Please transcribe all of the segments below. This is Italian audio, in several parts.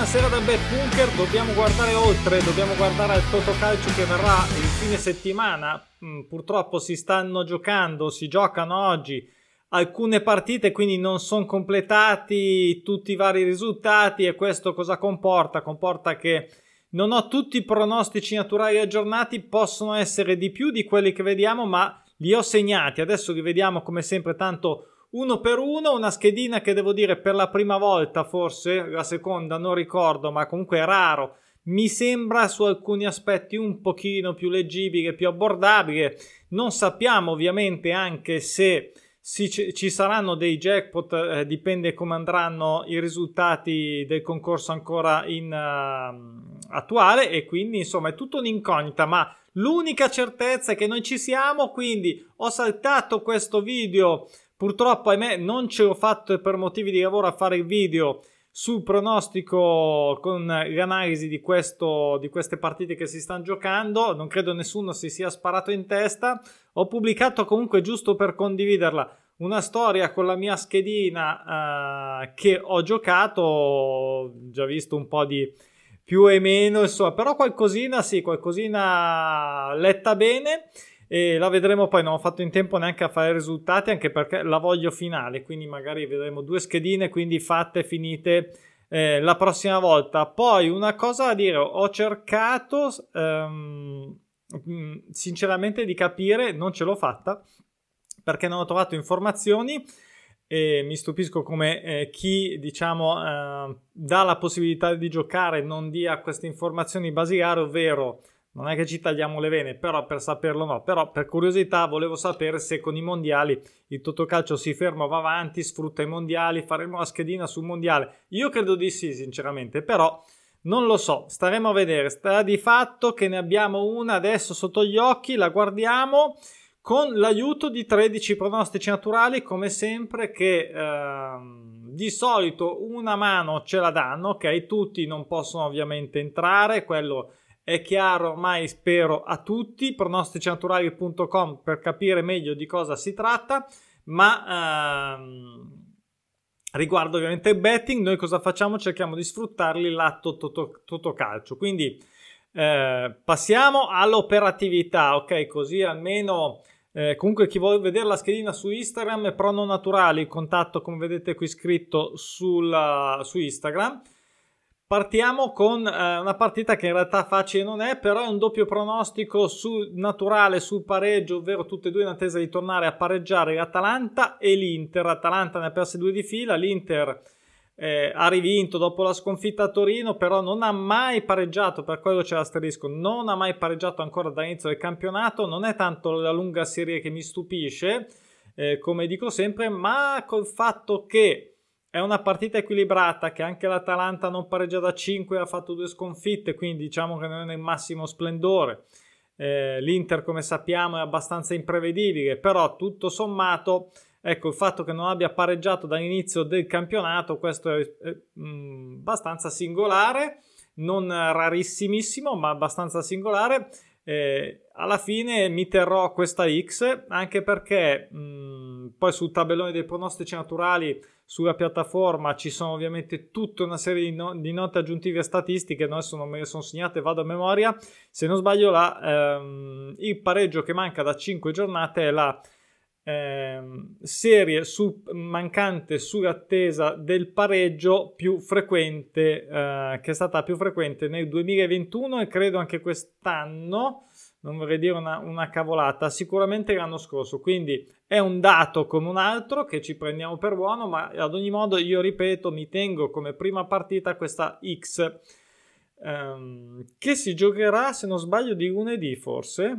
Buonasera da Bet Bunker, dobbiamo guardare oltre, dobbiamo guardare al Totocalcio che verrà il fine settimana. Purtroppo si giocano oggi alcune partite, quindi non sono completati tutti i vari risultati, e questo cosa comporta? Comporta che non ho tutti i pronostici naturali aggiornati, possono essere di più di quelli che vediamo, ma li ho segnati, adesso li vediamo come sempre tanto uno per uno. Una schedina che devo dire per la prima volta, forse la seconda non ricordo, ma comunque è raro, mi sembra su alcuni aspetti un pochino più leggibile, più abbordabile. Non sappiamo ovviamente anche se ci saranno dei jackpot, dipende come andranno i risultati del concorso ancora in attuale, e quindi insomma è tutto un'incognita, ma l'unica certezza è che noi ci siamo. Quindi ho saltato questo video, purtroppo ahimè non ce l'ho fatto per motivi di lavoro a fare il video sul pronostico con l'analisi di queste partite che si stanno giocando. Non credo nessuno si sia sparato in testa. Ho pubblicato comunque, giusto per condividerla, una storia con la mia schedina che ho giocato. Ho già visto un po' di più e meno, insomma, però qualcosina letta bene, e la vedremo poi. Non ho fatto in tempo neanche a fare i risultati, anche perché la voglio finale, quindi magari vedremo due schedine, quindi fatte, finite la prossima volta. Poi una cosa da dire: ho cercato sinceramente di capire, non ce l'ho fatta perché non ho trovato informazioni, e mi stupisco come chi dà la possibilità di giocare non dia queste informazioni basilari, ovvero non è che ci tagliamo le vene, però per saperlo no, però per curiosità volevo sapere se con i mondiali il Totocalcio si ferma o va avanti, sfrutta i mondiali, faremo la schedina sul mondiale. Io credo di sì, sinceramente, però non lo so, staremo a vedere. Sta di fatto che ne abbiamo una adesso sotto gli occhi, la guardiamo con l'aiuto di 13 pronostici naturali, come sempre, che di solito una mano ce la danno, ok? Tutti non possono ovviamente entrare, quello è chiaro ormai, spero, a tutti. pronosticinaturali.com per capire meglio di cosa si tratta, ma riguardo ovviamente il betting, noi cosa facciamo? Cerchiamo di sfruttarli lato Totocalcio, quindi passiamo all'operatività, ok? Così almeno comunque chi vuole vedere la schedina su Instagram è Prono Naturali, il contatto come vedete qui scritto su Instagram. Partiamo con una partita che in realtà facile non è, però è un doppio pronostico naturale sul pareggio, ovvero tutte e due in attesa di tornare a pareggiare l'Atalanta e l'Inter. Atalanta ne ha perse 2 di fila, l'Inter ha rivinto dopo la sconfitta a Torino, però non ha mai pareggiato, per quello c'è l'asterisco, non ha mai pareggiato ancora dall'inizio del campionato. Non è tanto la lunga serie che mi stupisce, come dico sempre, ma col fatto che è una partita equilibrata, che anche l'Atalanta non pareggia da 5, ha fatto 2 sconfitte, quindi diciamo che non è nel massimo splendore. L'Inter, come sappiamo, è abbastanza imprevedibile, però tutto sommato, ecco, il fatto che non abbia pareggiato dall'inizio del campionato, questo è abbastanza singolare, non rarissimissimo, ma abbastanza singolare. Alla fine mi terrò questa X, anche perché poi sul tabellone dei pronostici naturali sulla piattaforma ci sono ovviamente tutta una serie di note aggiuntive statistiche. Adesso non me le sono segnate, vado a memoria. Se non sbaglio il pareggio che manca da 5 giornate è la serie mancante sull'attesa del pareggio più frequente, che è stata più frequente nel 2021 e credo anche quest'anno. Non vorrei dire una cavolata, sicuramente l'anno scorso, quindi è un dato come un altro che ci prendiamo per buono, ma ad ogni modo io ripeto, mi tengo come prima partita questa X, che si giocherà, se non sbaglio, di lunedì forse.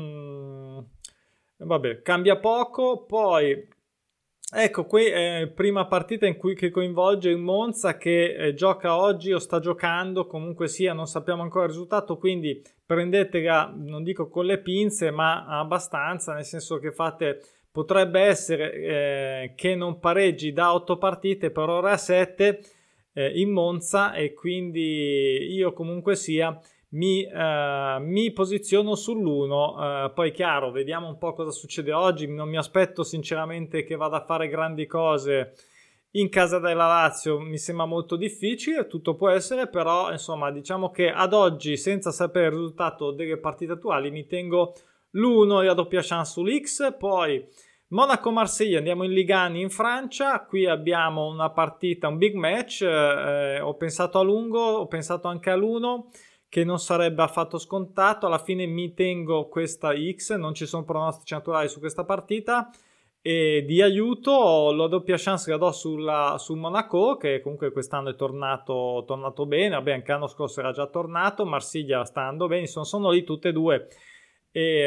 Vabbè, cambia poco. Poi ecco, qui è prima partita che coinvolge il Monza, che gioca oggi o sta giocando, comunque sia, non sappiamo ancora il risultato, quindi prendetela, non dico con le pinze, ma abbastanza, nel senso che potrebbe essere che non pareggi da 8 partite, per ora 7 in Monza, e quindi io comunque sia mi posiziono sull'1. Poi chiaro, vediamo un po' cosa succede oggi. Non mi aspetto sinceramente che vada a fare grandi cose in casa della Lazio mi sembra molto difficile, tutto può essere, però insomma diciamo che ad oggi, senza sapere il risultato delle partite attuali, mi tengo l'1 e la doppia chance sull'X. Poi Monaco-Marsiglia, andiamo in Ligue 1 in Francia, qui abbiamo una partita, un big match, ho pensato a lungo, ho pensato anche all'1 che non sarebbe affatto scontato, alla fine mi tengo questa X, non ci sono pronostici naturali su questa partita. E di aiuto la doppia chance la do sul Monaco, che comunque quest'anno è tornato bene. Vabbè, anche l'anno scorso era già tornato. Marsiglia sta andando bene, sono lì tutte e due. E,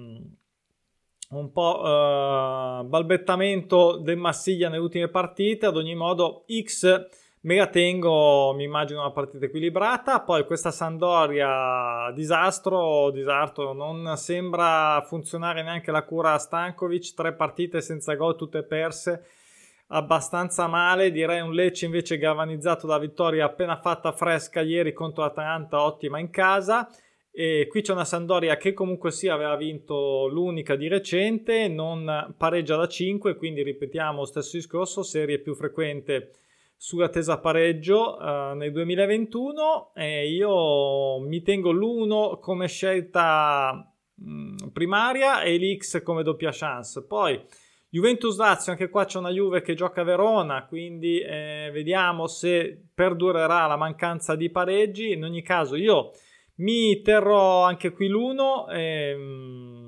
un po' balbettamento del Marsiglia nelle ultime partite. Ad ogni modo X me la tengo, mi immagino una partita equilibrata. Poi questa Sampdoria, disastro, non sembra funzionare neanche la cura a Stankovic, 3 partite senza gol, tutte perse, abbastanza male. Direi un Lecce invece galvanizzato da vittoria appena fatta fresca ieri contro l'Atalanta, ottima in casa. E qui c'è una Sampdoria che comunque aveva vinto l'unica di recente, non pareggia da 5, quindi ripetiamo lo stesso discorso, serie più frequente sulla tesa pareggio nel 2021, e io mi tengo l'1 come scelta primaria e l'X come doppia chance. Poi Juventus-Lazio, anche qua c'è una Juve che gioca a Verona, quindi vediamo se perdurerà la mancanza di pareggi. In ogni caso io mi terrò anche qui l'1,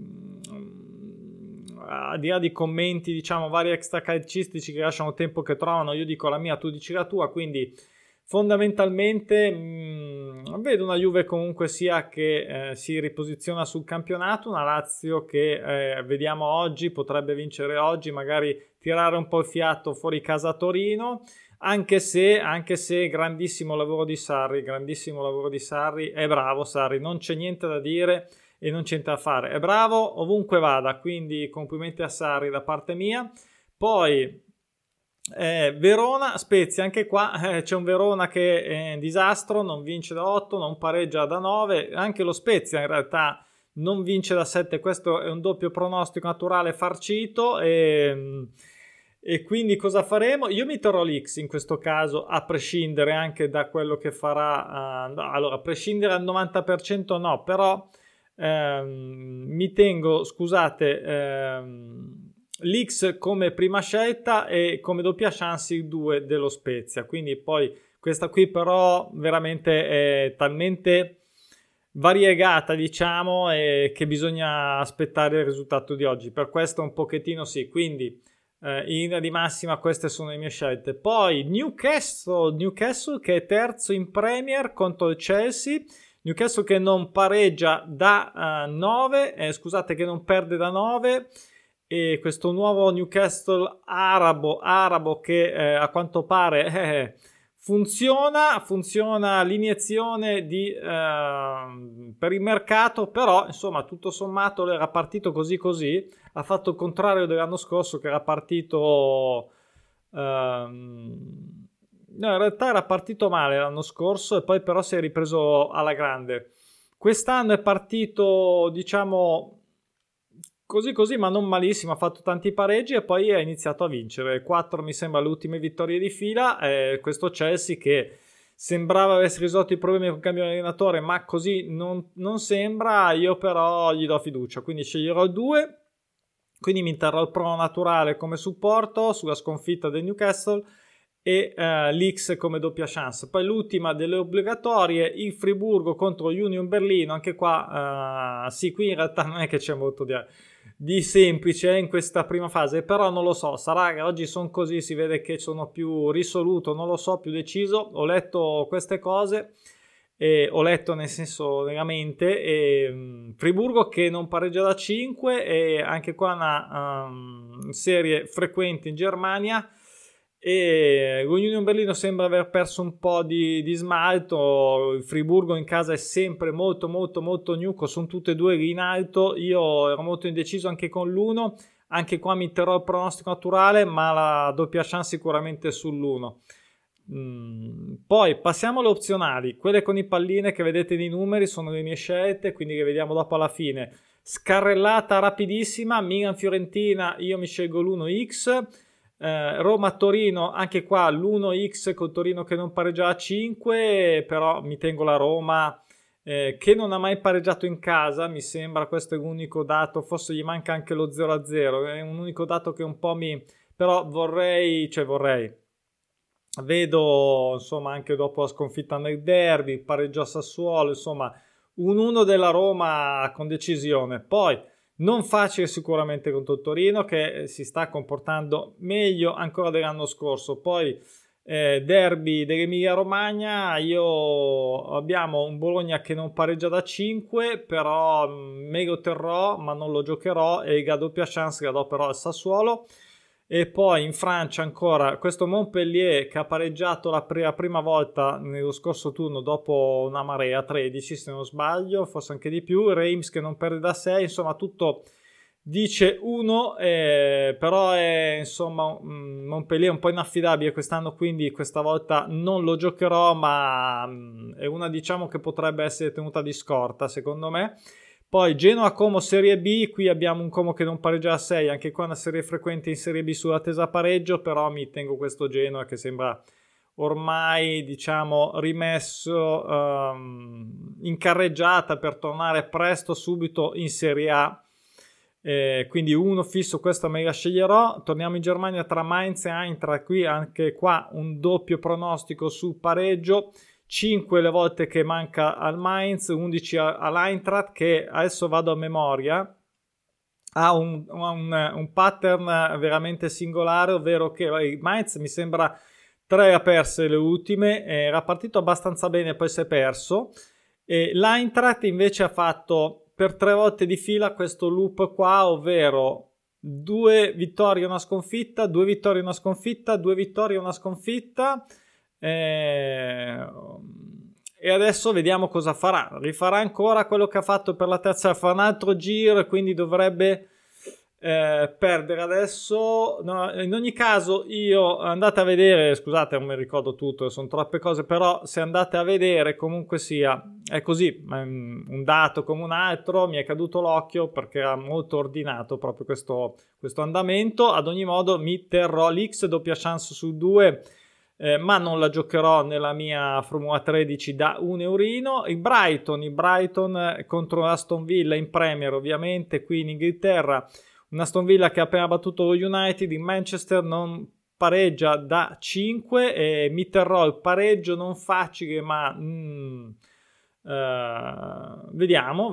al di là di commenti diciamo vari extracalcistici che lasciano tempo che trovano, io dico la mia, tu dici la tua, quindi fondamentalmente vedo una Juve comunque sia che si riposiziona sul campionato, una Lazio che vediamo oggi, potrebbe vincere oggi, magari tirare un po' il fiato fuori casa a Torino, anche se grandissimo lavoro di Sarri, è bravo Sarri, non c'è niente da dire e non c'è niente da fare, è bravo ovunque vada, quindi complimenti a Sarri da parte mia. Poi Verona, Spezia, anche qua c'è un Verona che è un disastro, non vince da 8, non pareggia da 9, anche lo Spezia in realtà non vince da 7, questo è un doppio pronostico naturale farcito, e quindi cosa faremo? Io mi terrò l'X in questo caso, a prescindere anche da quello che farà, allora a prescindere al 90% no, però mi tengo, scusate, l'X come prima scelta e come doppia chance il 2 dello Spezia, quindi poi questa qui però veramente è talmente variegata diciamo che bisogna aspettare il risultato di oggi, per questo un pochettino sì, quindi in linea di massima queste sono le mie scelte. Poi Newcastle che è terzo in Premier contro il Chelsea, Newcastle che non pareggia da 9, scusate, che non perde da 9, e questo nuovo Newcastle arabo che a quanto pare funziona l'iniezione per il mercato, però insomma tutto sommato era partito così, ha fatto il contrario dell'anno scorso che era partito no, in realtà era partito male l'anno scorso e poi però si è ripreso alla grande. Quest'anno è partito diciamo così ma non malissimo, ha fatto tanti pareggi e poi ha iniziato a vincere 4 mi sembra le ultime vittorie di fila. Questo Chelsea che sembrava avesse risolto i problemi con il cambio di allenatore, ma così non sembra. Io però gli do fiducia, quindi sceglierò il 2, quindi mi terrò il prono naturale come supporto sulla sconfitta del Newcastle e l'X come doppia chance. Poi l'ultima delle obbligatorie, il Friburgo contro Union Berlino, anche qua sì, qui in realtà non è che c'è molto di semplice in questa prima fase, però non lo so, sarà che oggi sono così, si vede che sono più risoluto, non lo so, più deciso. Ho letto queste cose e ho letto nel senso nella mente, e Friburgo che non pareggia da 5 e anche qua una serie frequente in Germania, e l'Union Berlino sembra aver perso un po' di smalto. Il Friburgo in casa è sempre molto gnucco, sono tutte e due lì in alto. Io ero molto indeciso anche con l'1, anche qua mi terrò il pronostico naturale, ma la doppia chance sicuramente sull'1. Poi passiamo alle opzionali, quelle con i palline che vedete nei numeri sono le mie scelte, quindi le vediamo dopo alla fine. Scarrellata rapidissima, Milan-Fiorentina, io mi scelgo l'1x. Roma-Torino, anche qua l'1x col Torino che non pareggia a 5, però mi tengo la Roma che non ha mai pareggiato in casa, mi sembra. Questo è l'unico dato, forse gli manca anche lo 0-0, è un unico dato che un po' però vorrei, vedo insomma anche dopo la sconfitta nel derby, pareggio a Sassuolo, insomma un 1 della Roma con decisione. Poi non facile sicuramente contro il Torino, che si sta comportando meglio ancora dell'anno scorso. Poi derby dell'Emilia Romagna, abbiamo un Bologna che non pareggia da 5, però me lo terrò ma non lo giocherò, e la doppia chance la do però al Sassuolo. E poi in Francia ancora questo Montpellier che ha pareggiato la prima volta nello scorso turno dopo una marea, 13 se non sbaglio, forse anche di più. Reims che non perde da 6, insomma tutto dice 1, però è insomma Montpellier un po' inaffidabile quest'anno, quindi questa volta non lo giocherò, ma è una, diciamo, che potrebbe essere tenuta di scorta secondo me. Poi Genoa-Como Serie B, qui abbiamo un Como che non pareggia a 6, anche qua una serie frequente in Serie B sull'attesa pareggio, però mi tengo questo Genoa che sembra ormai, diciamo, rimesso in carreggiata per tornare presto subito in Serie A, quindi uno fisso, questo me la sceglierò. Torniamo in Germania tra Mainz e Eintracht, qui anche qua un doppio pronostico sul pareggio. 5 le volte che manca al Mainz, 11 all'Eintracht, che adesso vado a memoria, ha un pattern veramente singolare, ovvero che il Mainz mi sembra 3 ha perse le ultime, era partito abbastanza bene, poi si è perso, e l'Eintracht invece ha fatto per 3 volte di fila questo loop qua, ovvero 2 vittorie e una sconfitta, 2 vittorie e una sconfitta, 2 vittorie e una sconfitta. E adesso vediamo cosa farà. Rifarà ancora quello che ha fatto per la terza, fa un altro giro e quindi dovrebbe perdere adesso. No, in ogni caso, io andate a vedere, scusate, non mi ricordo tutto, sono troppe cose, però se andate a vedere, comunque sia, è così, un dato come un altro, mi è caduto l'occhio perché era molto ordinato proprio questo andamento. Ad ogni modo mi terrò l'X doppia chance su 2, ma non la giocherò nella mia Formula 13 da €1. Il Brighton contro l'Aston Villa in Premier, ovviamente qui in Inghilterra, un Aston Villa che ha appena battuto lo United. In Manchester non pareggia da 5, e mi terrò il pareggio non facile, ma vediamo,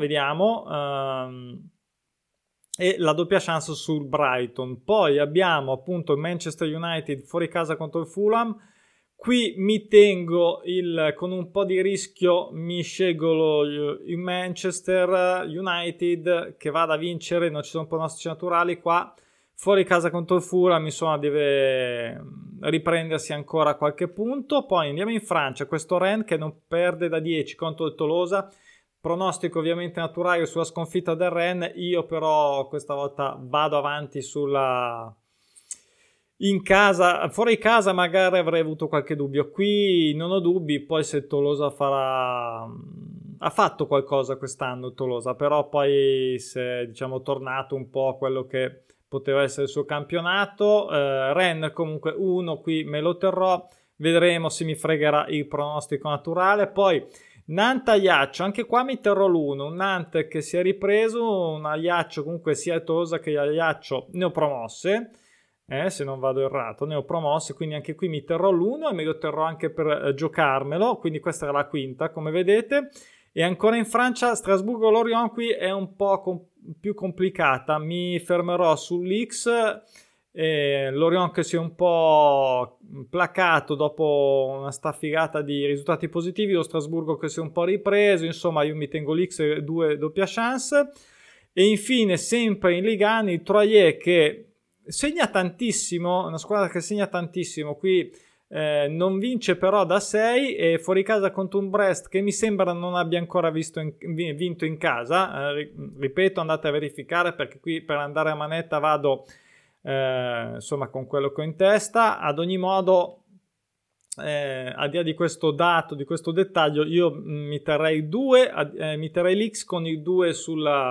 e la doppia chance sul Brighton. Poi abbiamo appunto il Manchester United fuori casa contro il Fulham. Qui mi tengo con un po' di rischio, mi scelgo il Manchester United che vada a vincere, non ci sono pronostici naturali qua. Fuori casa contro il Fulham, insomma, deve riprendersi ancora qualche punto. Poi andiamo in Francia, questo Rennes che non perde da 10 contro il Tolosa. Pronostico ovviamente naturale sulla sconfitta del Rennes, io però questa volta vado avanti in casa. Fuori casa magari avrei avuto qualche dubbio, qui non ho dubbi. Poi se Tolosa ha fatto qualcosa quest'anno Tolosa, però poi se diciamo tornato un po' a quello che poteva essere il suo campionato. Rennes comunque 1, qui me lo terrò, vedremo se mi fregherà il pronostico naturale. Poi Nantes-Ajaccio, anche qua mi terrò l'1, un Nantes che si è ripreso, un Ajaccio comunque sia il Tolosa che Ajaccio neopromosse, se non vado errato, neopromosse, quindi anche qui mi terrò l'1 e me lo terrò anche per giocarmelo, quindi questa era la quinta come vedete. E ancora in Francia, Strasburgo-Lorient, qui è un po' più complicata, mi fermerò sull'X. Lorient che si è un po' placato dopo una staffilata di risultati positivi, lo Strasburgo che si è un po' ripreso, insomma io mi tengo l'X e 2 doppia chance. E infine sempre in Ligue 1 il Troyes che segna tantissimo, una squadra che segna tantissimo, qui non vince però da 6, e fuori casa contro un Brest che mi sembra non abbia ancora vinto in casa. Ripeto, andate a verificare perché qui per andare a manetta vado insomma con quello che ho in testa. Ad ogni modo, al di là di questo dato, di questo dettaglio, io mi terrei l'X con il 2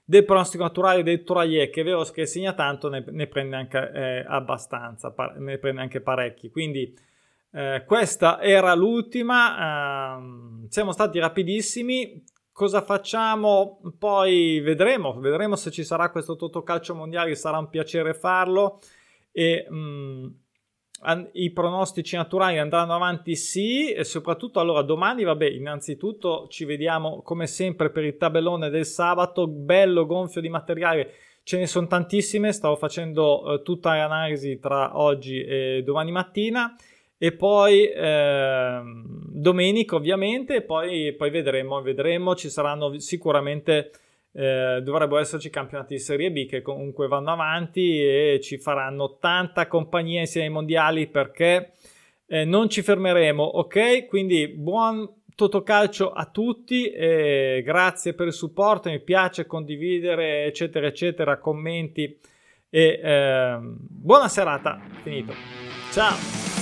del pronostico naturale del Touraier, che è vero che segna tanto, ne prende anche abbastanza, ne prende anche parecchi. Quindi questa era l'ultima, siamo stati rapidissimi. Cosa facciamo? Poi vedremo se ci sarà questo Totocalcio mondiale, sarà un piacere farlo, e i pronostici naturali andranno avanti, sì, e soprattutto allora domani, vabbè, innanzitutto ci vediamo come sempre per il tabellone del sabato, bello gonfio di materiale, ce ne sono tantissime, stavo facendo tutta l'analisi tra oggi e domani mattina, e poi domenica ovviamente, e poi vedremo, ci saranno sicuramente, dovrebbero esserci campionati di Serie B che comunque vanno avanti e ci faranno tanta compagnia insieme ai mondiali, perché non ci fermeremo, ok? Quindi buon Totocalcio a tutti, grazie per il supporto, mi piace condividere eccetera eccetera, commenti, e buona serata, finito, ciao!